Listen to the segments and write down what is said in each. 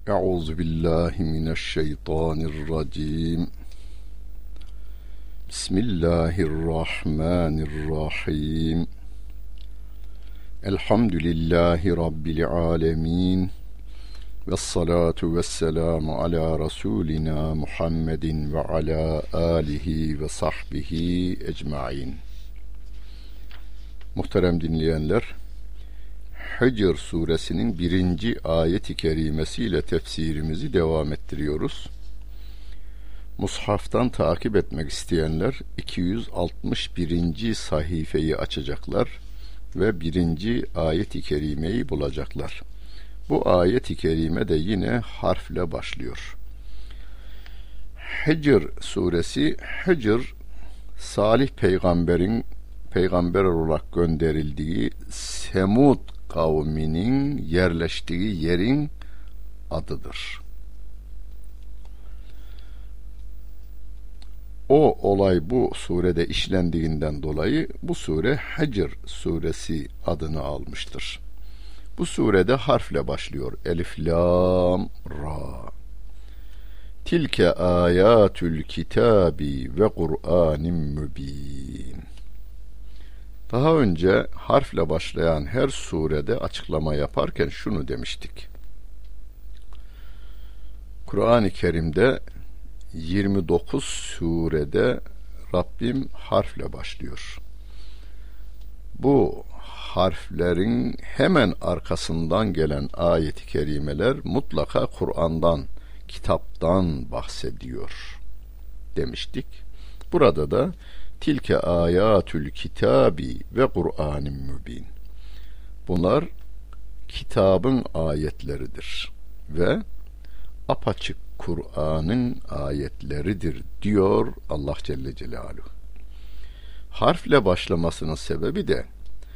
Euzu billahi mineşşeytanirracim. Bismillahirrahmanirrahim. Elhamdülillahi rabbil alamin. Vessalatu vesselamu ala rasulina Muhammedin ve ala alihi ve sahbihi ecmaîn. Muhterem dinleyenler, Hicr suresinin 1. ayet-i kerimesiyle tefsirimizi devam ettiriyoruz. Mushaftan takip etmek isteyenler 261. sayfayı açacaklar ve 1. ayet-i kerimeyi bulacaklar. Bu ayet-i kerime de yine harfle başlıyor. Hicr suresi, Hicr, Salih peygamber olarak gönderildiği Semud kavminin yerleştiği yerin adıdır. O olay bu surede işlendiğinden dolayı bu sure Hicr suresi adını almıştır. Bu surede harfle başlıyor. Elif, lam, ra. Tilke ayatül kitabi ve Kur'anim mübin. Daha önce harfle başlayan her surede açıklama yaparken şunu demiştik. Kur'an-ı Kerim'de 29 surede Rabbim harfle başlıyor. Bu harflerin hemen arkasından gelen ayet-i kerimeler mutlaka Kur'an'dan, kitaptan bahsediyor demiştik. Burada da tilke ayatül kitabi ve Kur'anim mübin. Bunlar kitabın ayetleridir ve apaçık Kur'an'ın ayetleridir diyor Allah Celle Celaluhu. Harfle başlamasının sebebi de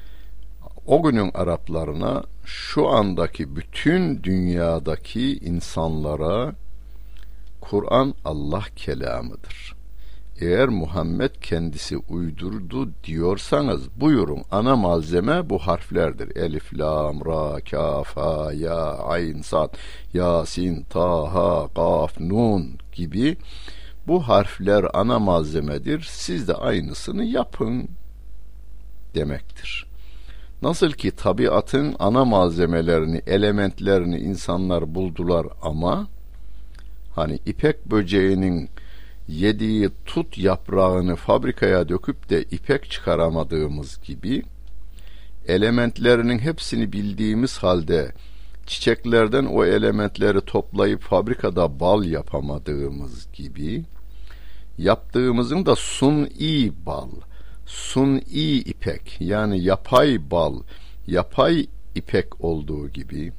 o günün Araplarına, şu andaki bütün dünyadaki insanlara Kur'an Allah kelamıdır. Eğer Muhammed kendisi uydurdu diyorsanız buyurun, ana malzeme bu harflerdir. Elif, lam, ra, kaf, ha, ya, ayn, sad, yasin, taha, kaf, nun gibi bu harfler ana malzemedir. Siz de aynısını yapın demektir. Nasıl ki tabiatın ana malzemelerini, elementlerini insanlar buldular ama hani ipek böceğinin yediği tut yaprağını fabrikaya döküp de ipek çıkaramadığımız gibi, elementlerinin hepsini bildiğimiz halde çiçeklerden o elementleri toplayıp fabrikada bal yapamadığımız gibi, yaptığımızın da suni bal, suni ipek, yani yapay bal, yapay ipek olduğu gibi,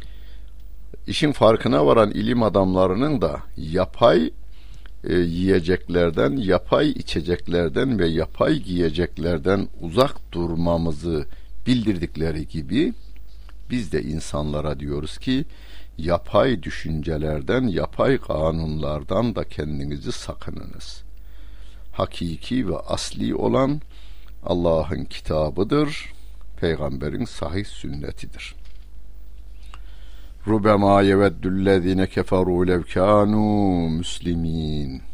işin farkına varan ilim adamlarının da yapay yiyeceklerden, yapay içeceklerden ve yapay giyeceklerden uzak durmamızı bildirdikleri gibi, biz de insanlara diyoruz ki yapay düşüncelerden, yapay kanunlardan da kendinizi sakınınız. Hakiki ve asli olan Allah'ın kitabıdır, peygamberin sahih sünnetidir. Rubema yeveddüllezine keferu lev kânû müslimîn.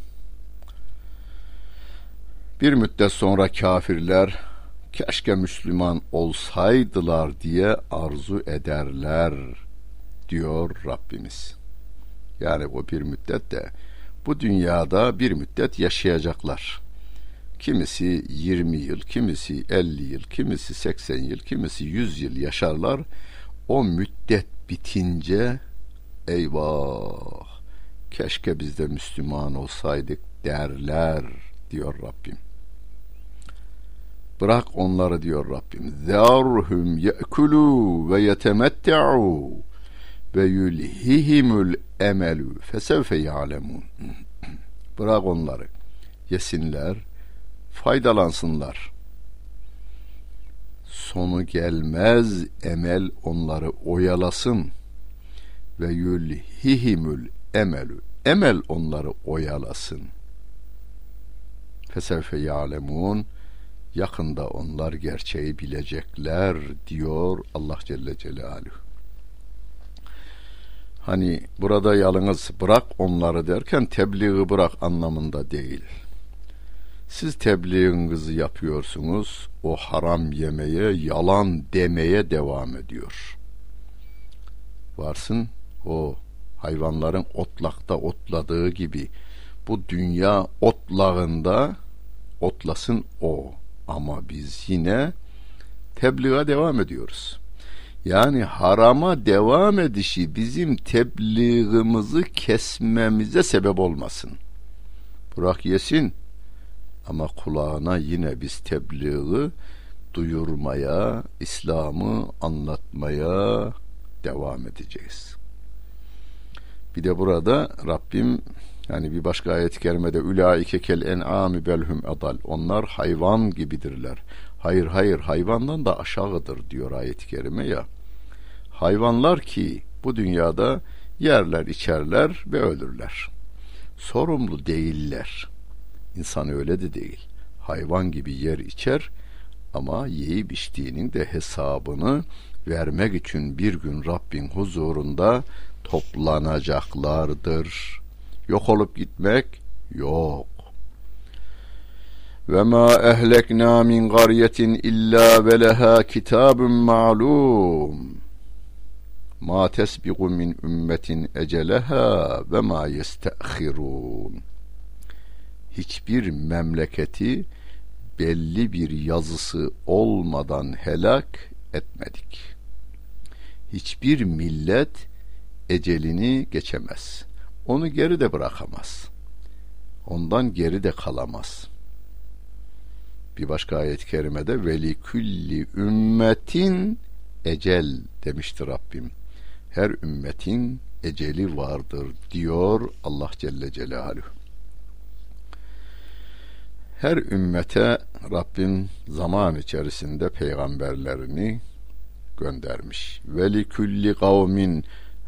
Bir müddet sonra kafirler keşke Müslüman olsaydılar diye arzu ederler diyor Rabbimiz. Yani bu bir müddet de bu dünyada bir müddet yaşayacaklar. Kimisi 20 yıl, kimisi 50 yıl, kimisi 80 yıl, kimisi 100 yıl yaşarlar. O müddet bitince eyvah, keşke biz de Müslüman olsaydık derler diyor Rabbim. Bırak onları diyor Rabbim. Zârhum ye'kulû ve yetemette'û ve yulhihimul emelû fesevfe ya'lemûn. Bırak onları, yesinler, faydalansınlar. Sonu gelmez emel onları oyalasın. Ve yulhihimul emelü, emel onları oyalasın. Fesevfe ya'lemûn, yakında onlar gerçeği bilecekler diyor Allah Celle Celaluhu. Hani burada yalnız bırak onları derken tebliği bırak anlamında değil. Siz tebliğinizi yapıyorsunuz, o haram yemeye, yalan demeye devam ediyor. Varsın o hayvanların otlakta otladığı gibi bu dünya otlağında otlasın o. Ama biz yine tebliğe devam ediyoruz. Yani harama devam edişi bizim tebliğimizi kesmemize sebep olmasın. Bırak yesin ama kulağına yine biz tebliği duyurmaya, İslam'ı anlatmaya devam edeceğiz. Bir de burada Rabbim yani bir başka ayet-i kerimede ulaike kel en'ami belhum adal, onlar hayvan gibidirler. Hayır hayvandan da aşağıdır diyor ayet-i kerime ya. Hayvanlar ki bu dünyada yerler, içerler ve ölürler. Sorumlu değiller. İnsan öyle de değil. Hayvan gibi yer içer ama yiyip içtiğinin de hesabını vermek için bir gün Rabbin huzurunda toplanacaklardır. Yok olup gitmek yok. Ve ma ehlekna min qaryetin illa ve leha kitabun ma'lum. Ma tesbiqu min ümmetin eceleha ve ma yestahirun. Hiçbir memleketi belli bir yazısı olmadan helak etmedik. Hiçbir millet ecelini geçemez. Onu geride bırakamaz. Ondan geride kalamaz. Bir başka ayet-i kerimede veli külli ümmetin ecel demiştir Rabbim. Her ümmetin eceli vardır diyor Allah Celle Celaluhu. Her ümmete Rabbim zaman içerisinde peygamberlerini göndermiş. Veli külli kavmin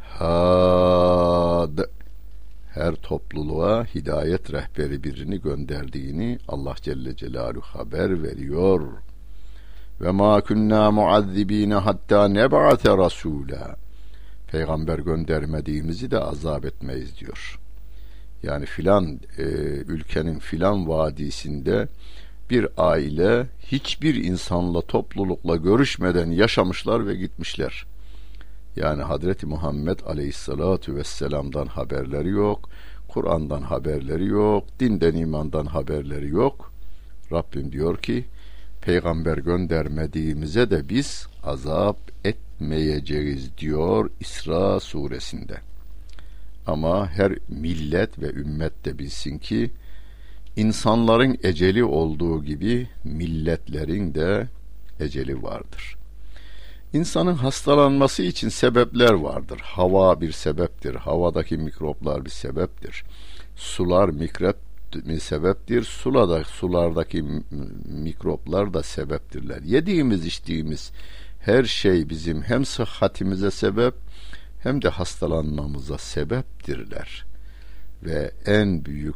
had, her topluluğa hidayet rehberi birini gönderdiğini Allah Celle Celaluhu haber veriyor. Ve ma kunna muazzibine hatta neb'ate rasula. Peygamber göndermediğimizi de azap etmeyiz diyor. Yani filan ülkenin filan vadisinde bir aile hiçbir insanla, toplulukla görüşmeden yaşamışlar ve gitmişler. Yani Hazreti Muhammed Aleyhisselatu Vesselam'dan haberleri yok, Kur'an'dan haberleri yok, dinden imandan haberleri yok. Rabbim diyor ki peygamber göndermediğimize de biz azap etmeyeceğiz diyor İsra suresinde. Ama her millet ve ümmet de bilsin ki insanların eceli olduğu gibi milletlerin de eceli vardır. İnsanın hastalanması için sebepler vardır. Hava bir sebeptir. Havadaki mikroplar bir sebeptir. Sular mikrop bir sebeptir. Sulardaki mikroplar da sebeptirler. Yediğimiz, içtiğimiz her şey bizim hem sıhhatimize sebep hem de hastalanmamıza sebeptirler. Ve en büyük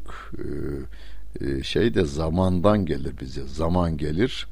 şey de zamandan gelir bize. Zaman gelir,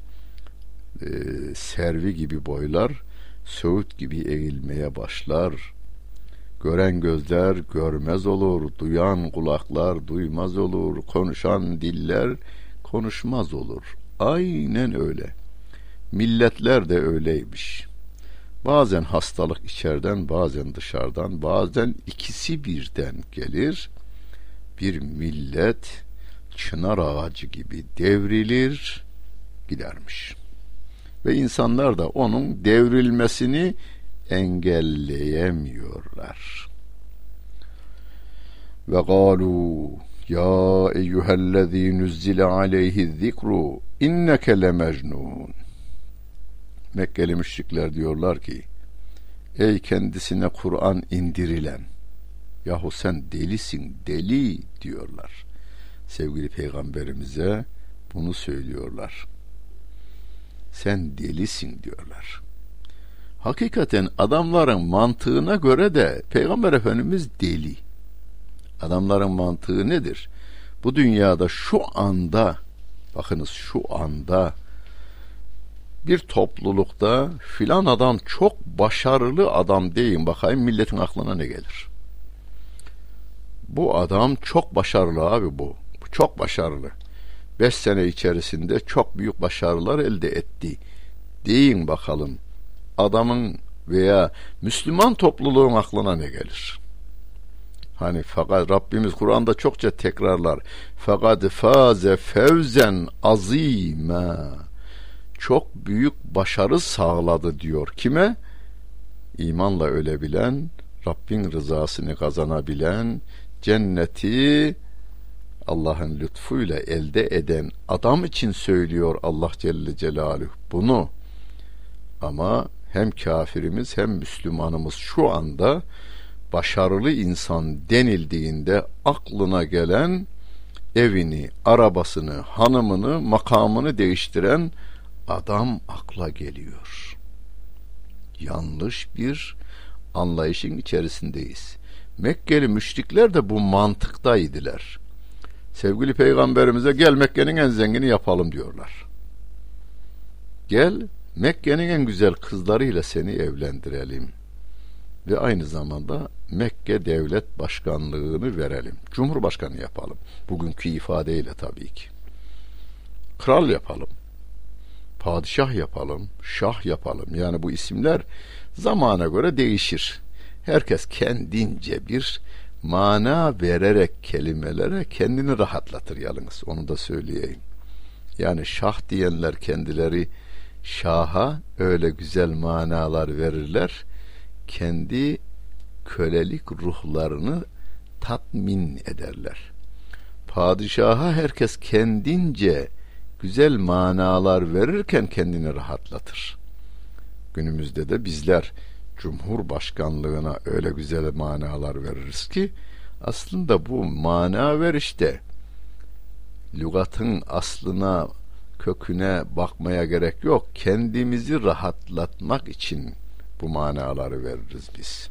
servi gibi boylar, söğüt gibi eğilmeye başlar. Gören gözler görmez olur, duyan kulaklar duymaz olur, konuşan diller konuşmaz olur. Aynen öyle. Milletler de öyleymiş. Bazen hastalık içeriden, bazen dışarıdan, bazen ikisi birden gelir. Bir millet çınar ağacı gibi devrilir, gidermiş. Ve insanlar da onun devrilmesini engelleyemiyorlar. Ve galu ya eyyühellezî nüzzile aleyhi zikru inneke lemecnun. Mekkeli müşrikler diyorlar ki ey kendisine Kur'an indirilen, yahu sen delisin, deli diyorlar. Sevgili peygamberimize bunu söylüyorlar. Sen delisin diyorlar. Hakikaten adamların mantığına göre de Peygamber Efendimiz deli. Adamların mantığı nedir? Bu dünyada şu anda, bakınız şu anda bir toplulukta filan adam çok başarılı adam deyin bakayım, milletin aklına ne gelir? Bu adam çok başarılı abi bu. Çok başarılı. 5 sene içerisinde çok büyük başarılar elde etti. Deyin bakalım. Adamın veya Müslüman topluluğun aklına ne gelir? Hani fakat Rabbimiz Kur'an'da çokça tekrarlar. Fakat faze fevzen azime. Çok büyük başarı sağladı diyor. Kime? İmanla ölebilen, Rabbin rızasını kazanabilen, cenneti Allah'ın lütfuyla elde eden adam için söylüyor Allah Celle Celaluhu bunu. Ama hem kafirimiz hem Müslümanımız şu anda başarılı insan denildiğinde aklına gelen evini, arabasını, hanımını, makamını değiştiren adam akla geliyor. Yanlış bir anlayışın içerisindeyiz. Mekkeli müşrikler de bu mantıktaydılar. Sevgili Peygamberimize gel Mekke'nin en zengini yapalım diyorlar. Gel Mekke'nin en güzel kızlarıyla seni evlendirelim. Ve aynı zamanda Mekke devlet başkanlığını verelim. Cumhurbaşkanı yapalım. Bugünkü ifadeyle tabii ki. Kral yapalım. Padişah yapalım. Şah yapalım. Yani bu isimler zamana göre değişir. Herkes kendince bir mana vererek kelimelere kendini rahatlatır yalnız. Onu da söyleyeyim. Yani şah diyenler kendileri şaha öyle güzel manalar verirler. Kendi kölelik ruhlarını tatmin ederler. Padişaha herkes kendince güzel manalar verirken kendini rahatlatır. Günümüzde de bizler Cumhurbaşkanlığına öyle güzel manalar veririz ki aslında bu mana verişte lügatın aslına, köküne bakmaya gerek yok. Kendimizi rahatlatmak için bu manaları veririz biz.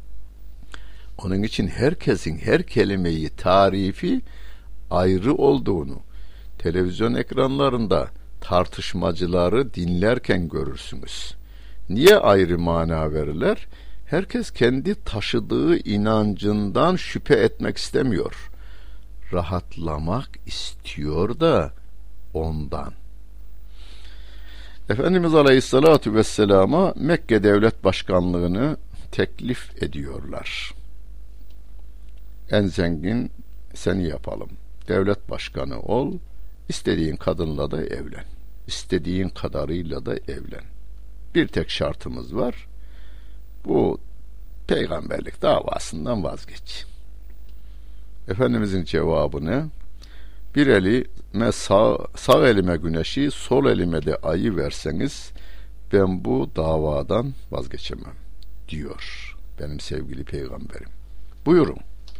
Onun için herkesin her kelimeyi tarifi ayrı olduğunu televizyon ekranlarında tartışmacıları dinlerken görürsünüz. Niye ayrı mana verirler? Herkes kendi taşıdığı inancından şüphe etmek istemiyor. Rahatlamak istiyor da ondan. Efendimiz Aleyhisselatü Vesselam'a Mekke Devlet Başkanlığını teklif ediyorlar. En zengin seni yapalım. Devlet başkanı ol. İstediğin kadınla da evlen. İstediğin kadarıyla da evlen. Bir tek şartımız var. Bu peygamberlik davasından vazgeç. Efendimizin cevabı ne? Bir elime sağ elime güneşi, sol elime de ayı verseniz ben bu davadan vazgeçemem diyor benim sevgili peygamberim. Buyurun.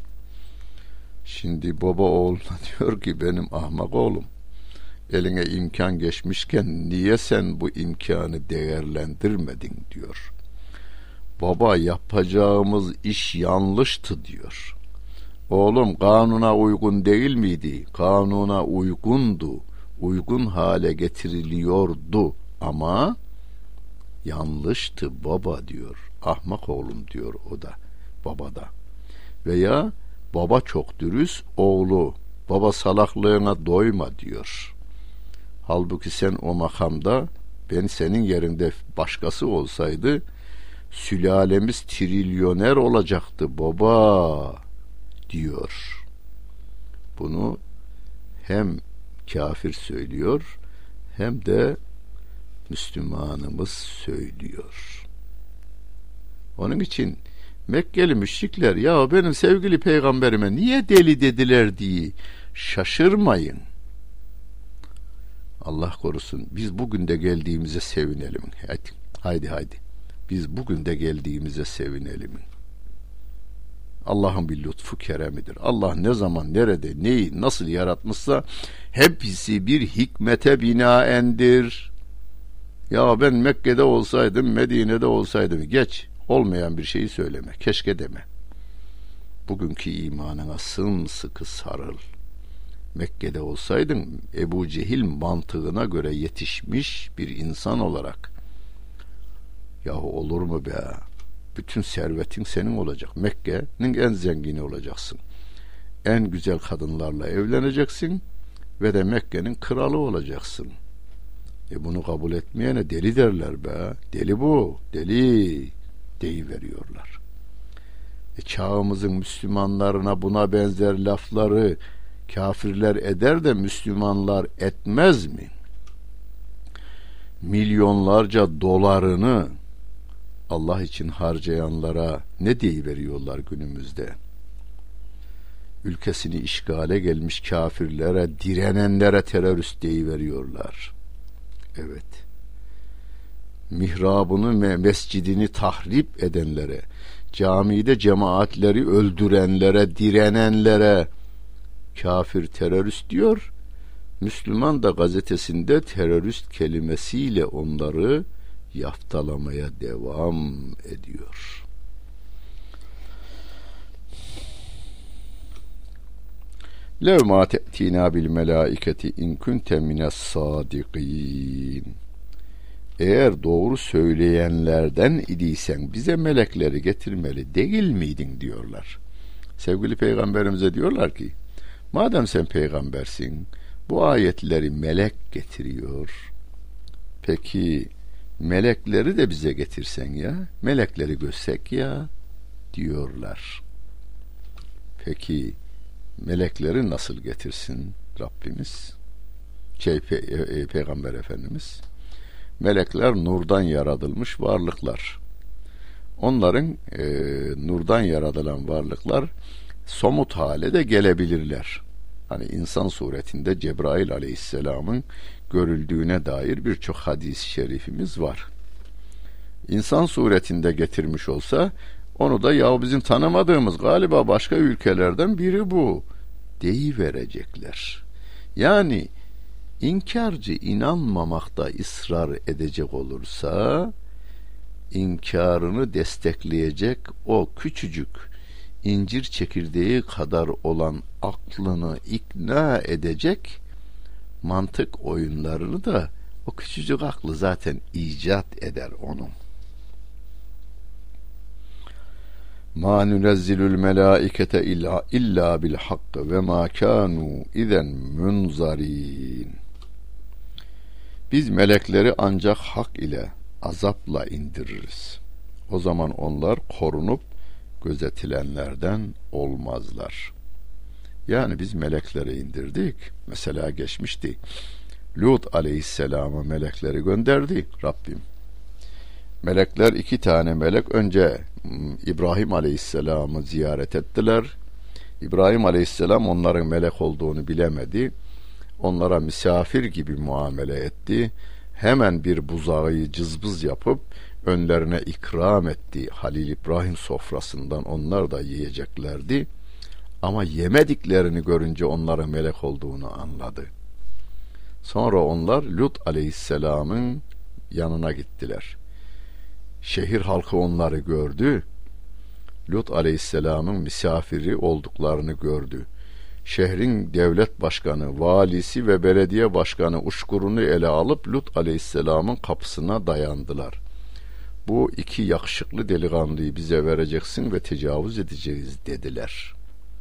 Şimdi baba oğluna diyor ki benim ahmak oğlum, eline imkan geçmişken niye sen bu imkanı değerlendirmedin diyor. Baba yapacağımız iş yanlıştı diyor. Oğlum kanuna uygun değil miydi? Kanuna uygundu. Uygun hale getiriliyordu ama yanlıştı baba diyor. Ahmak oğlum diyor o da, baba da. Veya baba çok dürüst, oğlu baba salaklığına doyma diyor. Halbuki sen o makamda, ben senin yerinde başkası olsaydı sülalemiz trilyoner olacaktı baba diyor. Bunu hem kafir söylüyor hem de Müslümanımız söylüyor. Onun için Mekkeli müşrikler ya benim sevgili peygamberime niye deli dediler diye şaşırmayın. Allah korusun, biz bugün de geldiğimize sevinelim. Haydi. Biz bugün de geldiğimize sevinelim. Allah'ın bir lütfu keremidir. Allah ne zaman, nerede, neyi, nasıl yaratmışsa hepsi bir hikmete binaendir. Ya ben Mekke'de olsaydım, Medine'de olsaydım, geç, olmayan bir şeyi söyleme, keşke deme. Bugünkü imanına sımsıkı sarıl. Mekke'de olsaydın Ebu Cehil mantığına göre yetişmiş bir insan olarak, yahu olur mu be, bütün servetin senin olacak, Mekke'nin en zengini olacaksın, en güzel kadınlarla evleneceksin ve de Mekke'nin kralı olacaksın. Bunu kabul etmeyene deli derler be. Deli bu, deli deyiveriyorlar. Çağımızın Müslümanlarına buna benzer lafları kafirler eder de Müslümanlar etmez mi? Milyonlarca dolarını Allah için harcayanlara ne deyiveriyorlar günümüzde? Ülkesini işgale gelmiş kafirlere, direnenlere terörist deyiveriyorlar. Evet. Mihrabını, mescidini tahrip edenlere, camide cemaatleri öldürenlere, direnenlere kafir, terörist diyor. Müslüman da gazetesinde terörist kelimesiyle onları yaftalamaya devam ediyor. Lev ma te'tina bil melaiketi in kunte mines sadikin. Eğer doğru söyleyenlerden idiysen bize melekleri getirmeli değil miydin diyorlar. Sevgili peygamberimize diyorlar ki, madem sen peygambersin, bu ayetleri melek getiriyor. Peki melekleri de bize getirsen ya, melekleri görsek ya diyorlar. Peki melekleri nasıl getirsin Rabbimiz? Peygamber Efendimiz. Melekler nurdan yaratılmış varlıklar. Onların nurdan yaratılan varlıklar somut hale de gelebilirler. Hani insan suretinde Cebrail Aleyhisselam'ın görüldüğüne dair birçok hadis-i şerifimiz var. İnsan suretinde getirmiş olsa onu da ya bizim tanımadığımız galiba başka ülkelerden biri bu deyiverecekler. Yani İnkarcı inanmamakta ısrar edecek olursa, inkarını destekleyecek o küçücük incir çekirdeği kadar olan aklını ikna edecek mantık oyunlarını da o küçücük aklı zaten icat eder onun. Ma nunezzilul melaikete illa bil hakkı ve ma kanu izen munzarin. Biz melekleri ancak hak ile, azapla indiririz. O zaman onlar korunup gözetilenlerden olmazlar. Yani biz melekleri indirdik. Mesela geçmişti. Lut aleyhisselama melekleri gönderdi Rabbim. Melekler 2 tane melek önce İbrahim aleyhisselamı ziyaret ettiler. İbrahim aleyhisselam onların melek olduğunu bilemedi. Onlara misafir gibi muamele etti. Hemen bir buzağı cızbız yapıp önlerine ikram etti. Halil İbrahim sofrasından onlar da yiyeceklerdi. Ama yemediklerini görünce onların melek olduğunu anladı. Sonra onlar Lut aleyhisselamın yanına gittiler. Şehir halkı onları gördü. Lut aleyhisselamın misafiri olduklarını gördü. Şehrin devlet başkanı, valisi ve belediye başkanı uşkurunu ele alıp Lut aleyhisselamın kapısına dayandılar. Bu 2 yakışıklı delikanlıyı bize vereceksin ve tecavüz edeceğiz dediler.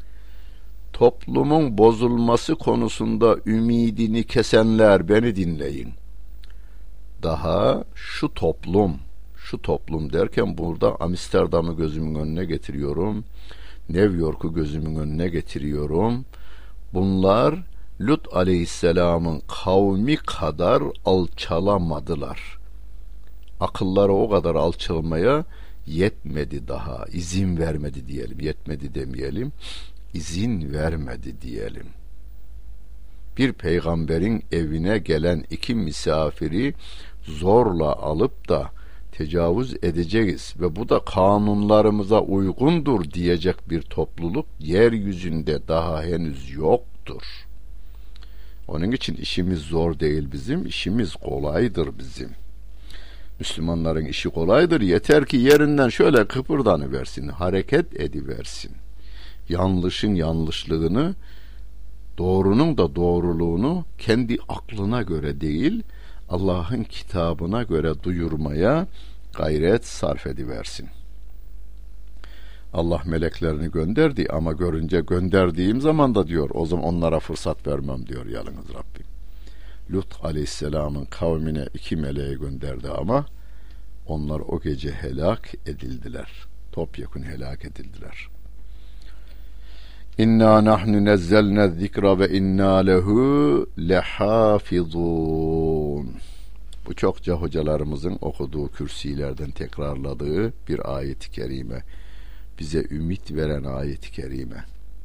Toplumun bozulması konusunda ümidini kesenler beni dinleyin. Daha şu toplum derken burada Amsterdam'ı gözümün önüne getiriyorum. New York'u gözümün önüne getiriyorum. Bunlar Lut aleyhisselamın kavmi kadar alçalamadılar. Akılları o kadar alçalmaya yetmedi daha. İzin vermedi diyelim. Yetmedi demeyelim. İzin vermedi diyelim. Bir peygamberin evine gelen 2 misafiri zorla alıp da tecavüz edeceğiz ve bu da kanunlarımıza uygundur diyecek bir topluluk yeryüzünde daha henüz yoktur. Onun için işimiz zor değil bizim, işimiz kolaydır bizim. Müslümanların işi kolaydır, yeter ki yerinden şöyle kıpırdanıversin, hareket ediversin. Yanlışın yanlışlığını, doğrunun da doğruluğunu kendi aklına göre değil, Allah'ın kitabına göre duyurmaya gayret sarf ediversin. Allah meleklerini gönderdi ama görünce gönderdiğim zaman da diyor o zaman onlara fırsat vermem diyor yalnız Rabbim. Lut aleyhisselamın kavmine 2 meleği gönderdi ama onlar o gece helak edildiler. Topyekun helak edildiler. İnna nahnu nezzelne zikra ve inna lehu lehafizun. Bu çokça hocalarımızın okuduğu kürsilerden tekrarladığı bir ayet-i kerime. Bize ümit veren ayet-i kerime.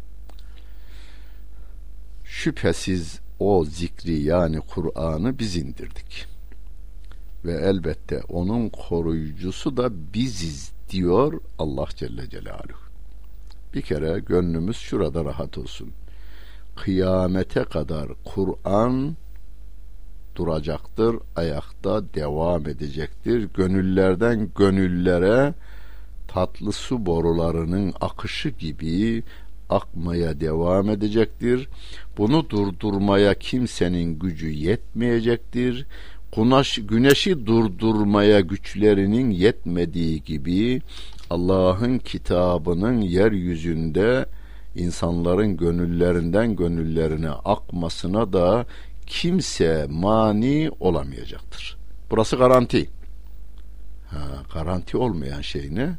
Şüphesiz o zikri yani Kur'an'ı biz indirdik. Ve elbette onun koruyucusu da biziz diyor Allah Celle Celaluhu. Bir kere gönlümüz şurada rahat olsun. Kıyamete kadar Kur'an duracaktır, ayakta devam edecektir. Gönüllerden gönüllere tatlı su borularının akışı gibi akmaya devam edecektir. Bunu durdurmaya kimsenin gücü yetmeyecektir. Güneşi durdurmaya güçlerinin yetmediği gibi Allah'ın kitabının yeryüzünde insanların gönüllerinden gönüllerine akmasına da kimse mani olamayacaktır. Burası garanti. Garanti olmayan şey ne?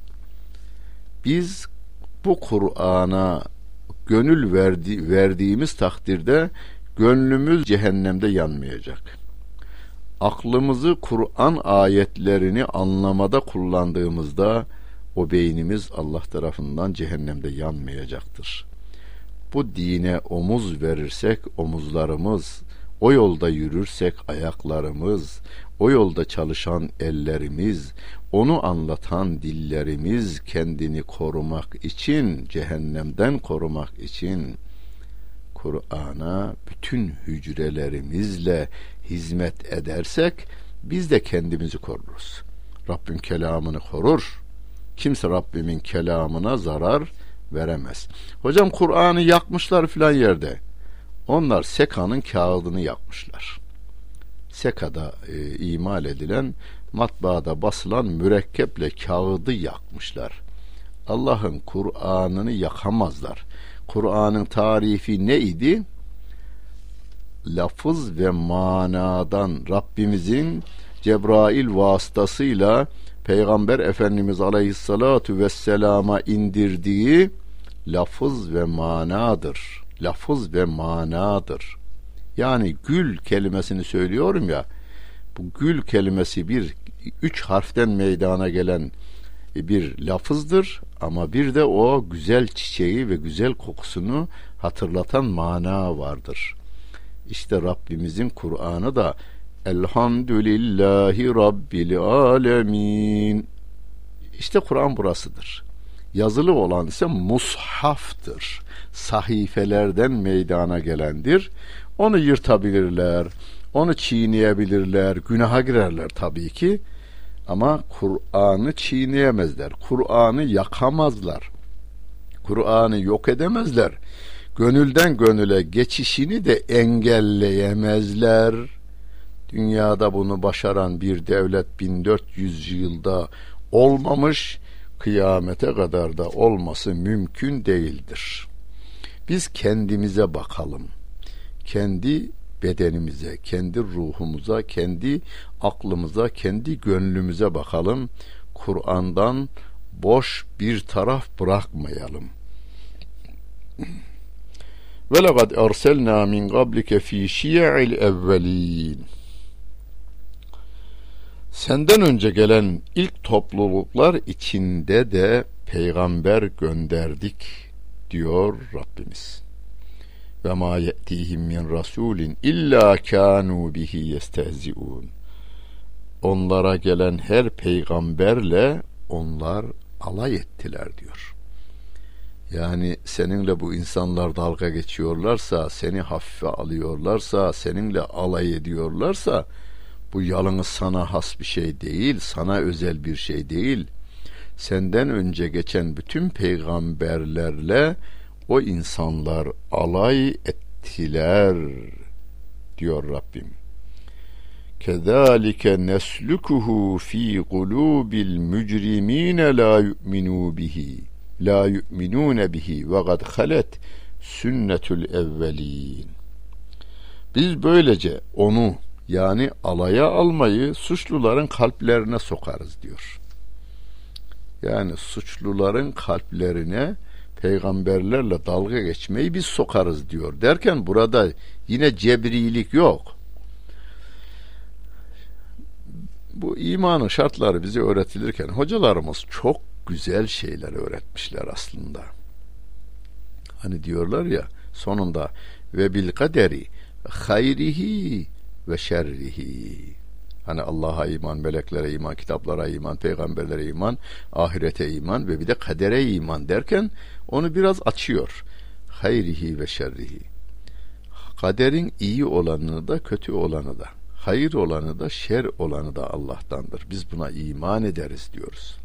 Biz bu Kur'an'a gönül verdiğimiz takdirde gönlümüz cehennemde yanmayacak. Aklımızı Kur'an ayetlerini anlamada kullandığımızda o beynimiz Allah tarafından cehennemde yanmayacaktır. Bu dine omuz verirsek omuzlarımız, o yolda yürürsek ayaklarımız, o yolda çalışan ellerimiz, onu anlatan dillerimiz kendini korumak için, cehennemden korumak için Kur'an'a bütün hücrelerimizle hizmet edersek biz de kendimizi koruruz. Rabbim kelamını korur. Kimse Rabbimin kelamına zarar veremez. Hocam Kur'an'ı yakmışlar filan yerde. Onlar Seka'nın kağıdını yakmışlar. Seka'da imal edilen, matbaada basılan mürekkeple kağıdı yakmışlar. Allah'ın Kur'an'ını yakamazlar. Kur'an'ın tarifi neydi? Lafız ve manadan Rabbimizin Cebrail vasıtasıyla Peygamber Efendimiz Aleyhissalatu vesselama indirdiği lafız ve manadır. Lafız ve manadır. Yani gül kelimesini söylüyorum ya, bu gül kelimesi 3 harften meydana gelen bir lafızdır ama bir de o güzel çiçeği ve güzel kokusunu hatırlatan mana vardır. İşte Rabbimizin Kur'an'ı da Elhamdülillahi Rabbil Alemin. İşte Kur'an burasıdır. Yazılı olan ise mushaftır. Sahifelerden meydana gelendir. Onu yırtabilirler, onu çiğneyebilirler, günaha girerler tabii ki. Ama Kur'an'ı çiğneyemezler. Kur'an'ı yakamazlar. Kur'an'ı yok edemezler. Gönülden gönüle geçişini de engelleyemezler. Dünyada bunu başaran bir devlet 1400 yılda olmamış, kıyamete kadar da olması mümkün değildir. Biz kendimize bakalım. Kendi bedenimize, kendi ruhumuza, kendi aklımıza, kendi gönlümüze bakalım. Kur'an'dan boş bir taraf bırakmayalım. Ve lekad erselna min qablike fi şi'il evvelin. Senden önce gelen ilk topluluklar içinde de peygamber gönderdik diyor Rabbimiz. Ve ma ye'tihim min rasulin illa kanu bihi yestehzi'un. Onlara gelen her peygamberle onlar alay ettiler diyor. Yani seninle bu insanlar dalga geçiyorlarsa, seni hafife alıyorlarsa, seninle alay ediyorlarsa bu yalnız sana has bir şey değil, sana özel bir şey değil. Senden önce geçen bütün peygamberlerle o insanlar alay ettiler diyor Rabbim. Kezalike neslukuhu fi kulubil mücrimine la yu'minu bihi. la yu'minun bihi ve kad halet sünnetul evvelin. Biz böylece onu, yani alaya almayı suçluların kalplerine sokarız diyor. Yani suçluların kalplerine peygamberlerle dalga geçmeyi biz sokarız diyor. Derken burada yine cebrilik yok. Bu imanın şartları bize öğretilirken hocalarımız çok güzel şeyler öğretmişler aslında. Hani diyorlar ya sonunda ve bil kaderi hayrihi ve şerrihi. Hani Allah'a iman, meleklere iman, kitaplara iman, peygamberlere iman, ahirete iman ve bir de kadere iman derken onu biraz açıyor. Hayrihi ve şerrihi. Kaderin iyi olanı da kötü olanı da, hayır olanı da şer olanı da Allah'tandır. Biz buna iman ederiz diyoruz.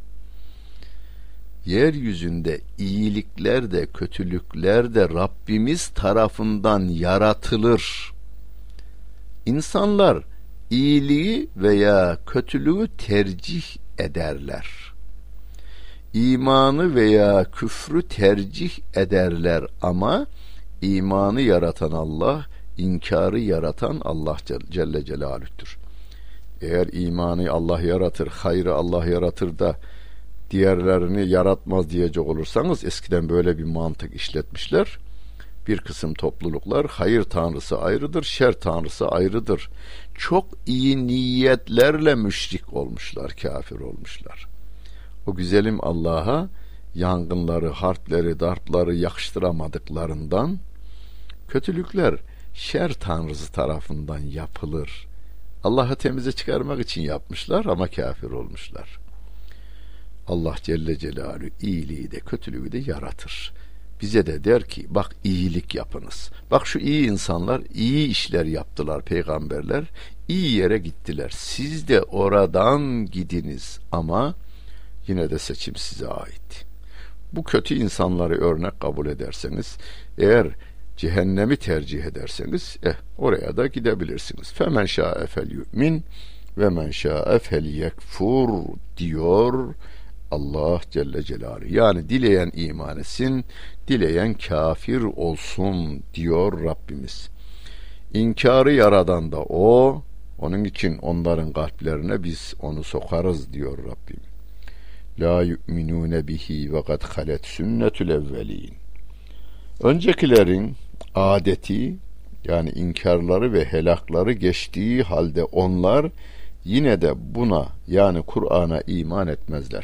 Yeryüzünde iyilikler de kötülükler de Rabbimiz tarafından yaratılır. İnsanlar iyiliği veya kötülüğü tercih ederler. İmanı veya küfrü tercih ederler ama imanı yaratan Allah, inkarı yaratan Allah Celle Celaluh'tür. Eğer imanı Allah yaratır, hayrı Allah yaratır da diğerlerini yaratmaz diyecek olursanız, eskiden böyle bir mantık işletmişler. Bir kısım topluluklar hayır tanrısı ayrıdır, şer tanrısı ayrıdır. Çok iyi niyetlerle müşrik olmuşlar, kafir olmuşlar. O güzelim Allah'a yangınları, harpleri, darpları yakıştıramadıklarından kötülükler şer tanrısı tarafından yapılır. Allah'ı temize çıkarmak için yapmışlar ama kafir olmuşlar. Allah Celle Celaluhu iyiliği de kötülüğü de yaratır. Bize de der ki bak iyilik yapınız. Bak şu iyi insanlar iyi işler yaptılar, peygamberler iyi yere gittiler. Siz de oradan gidiniz ama yine de seçim size ait. Bu kötü insanları örnek kabul ederseniz, eğer cehennemi tercih ederseniz oraya da gidebilirsiniz. Femen şa'e fel yu'min ve men şa'e fel yekfur diyor Allah Celle Celaluhu. Yani dileyen iman etsin, dileyen kafir olsun diyor Rabbimiz. İnkarı yaradan da o, onun için onların kalplerine biz onu sokarız diyor Rabbim. La yu'minune bihi ve kad halet sünnetul evvelin. Öncekilerin adeti, yani inkarları ve helakları geçtiği halde onlar yine de buna, yani Kur'an'a iman etmezler.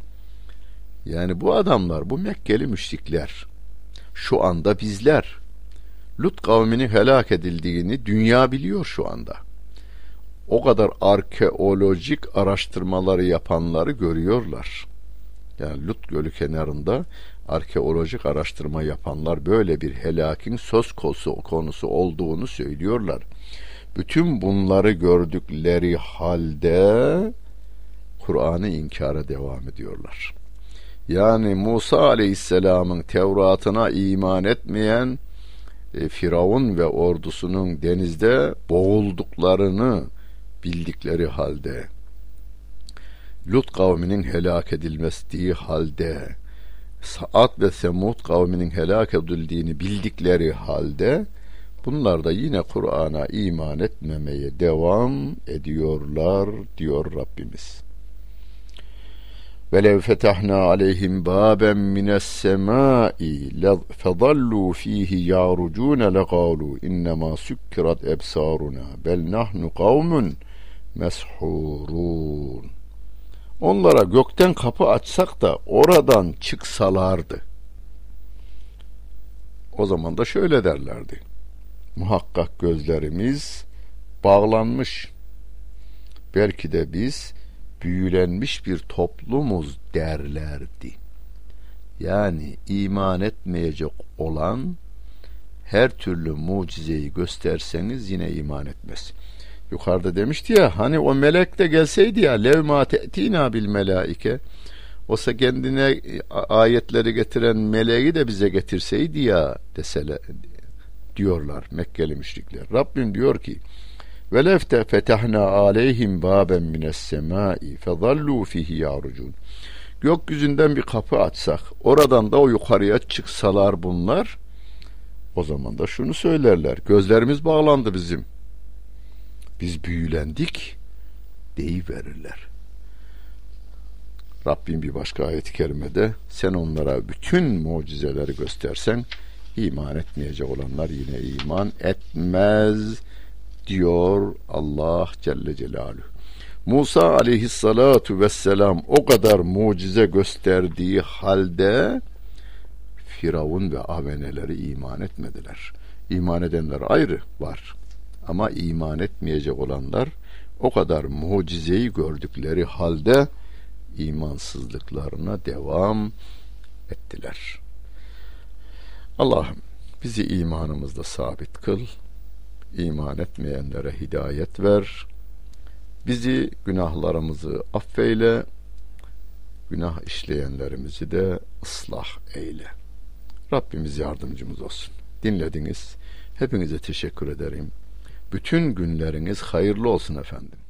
Yani bu adamlar, bu Mekkeli müşrikler, şu anda bizler, Lut kavminin helak edildiğini dünya biliyor şu anda. O kadar arkeolojik araştırmaları yapanları görüyorlar. Yani Lut Gölü kenarında arkeolojik araştırma yapanlar böyle bir helakin söz konusu olduğunu söylüyorlar. Bütün bunları gördükleri halde Kur'an'ı inkara devam ediyorlar. Yani Musa Aleyhisselam'ın Tevrat'ına iman etmeyen Firavun ve ordusunun denizde boğulduklarını bildikleri halde, Lut kavminin helak edilmesi halde, Sa'd ve Semud kavminin helak edildiğini bildikleri halde bunlar da yine Kur'an'a iman etmemeye devam ediyorlar diyor Rabbimiz. وَلَوْ فَتَحْنَا عَلَيْهِمْ بَابًا مِنَ السَّمَاءِ فَظَلُّوا فِيهِ يَعْرُجُونَ لَقَالُوا إِنَّمَا سُكِّرَتْ أَبْصَارُنَا بَلْ نَحْنُ قَوْمٌ مَسْحُورُونَ. Onlara gökten kapı açsak da oradan çıksalardı, o zaman da şöyle derlerdi: muhakkak gözlerimiz bağlanmış, belki de biz büyülenmiş bir toplumuz derlerdi. Yani iman etmeyecek olan her türlü mucizeyi gösterseniz yine iman etmez. Yukarıda demişti ya, hani o melek de gelseydi ya, lev ma te'tina bil melaike, olsa kendine ayetleri getiren meleği de bize getirseydi ya deseler diyorlar Mekkeli müşrikler. Rabbim diyor ki: velefte fetahna aleyhim baben mines semai fezallu fihi ya'rucun. gökyüzünden bir kapı açsak, oradan da o yukarıya çıksalar bunlar, o zaman da şunu söylerler: gözlerimiz bağlandı bizim, biz büyülendik deyiverirler. Rabbim bir başka ayet-i kerimede, sen onlara bütün mucizeleri göstersen iman etmeyecek olanlar yine iman etmez diyor Allah Celle Celaluhu. Musa aleyhissalatu vesselam o kadar mucize gösterdiği halde Firavun ve aveneleri iman etmediler. İman edenler ayrı var, ama iman etmeyecek olanlar o kadar mucizeyi gördükleri halde imansızlıklarına devam ettiler. Allah'ım bizi imanımızda sabit kıl, iman etmeyenlere hidayet ver, bizi, günahlarımızı affeyle, günah işleyenlerimizi de ıslah eyle. Rabbimiz yardımcımız olsun. Dinlediniz. Hepinize teşekkür ederim. Bütün günleriniz hayırlı olsun efendim.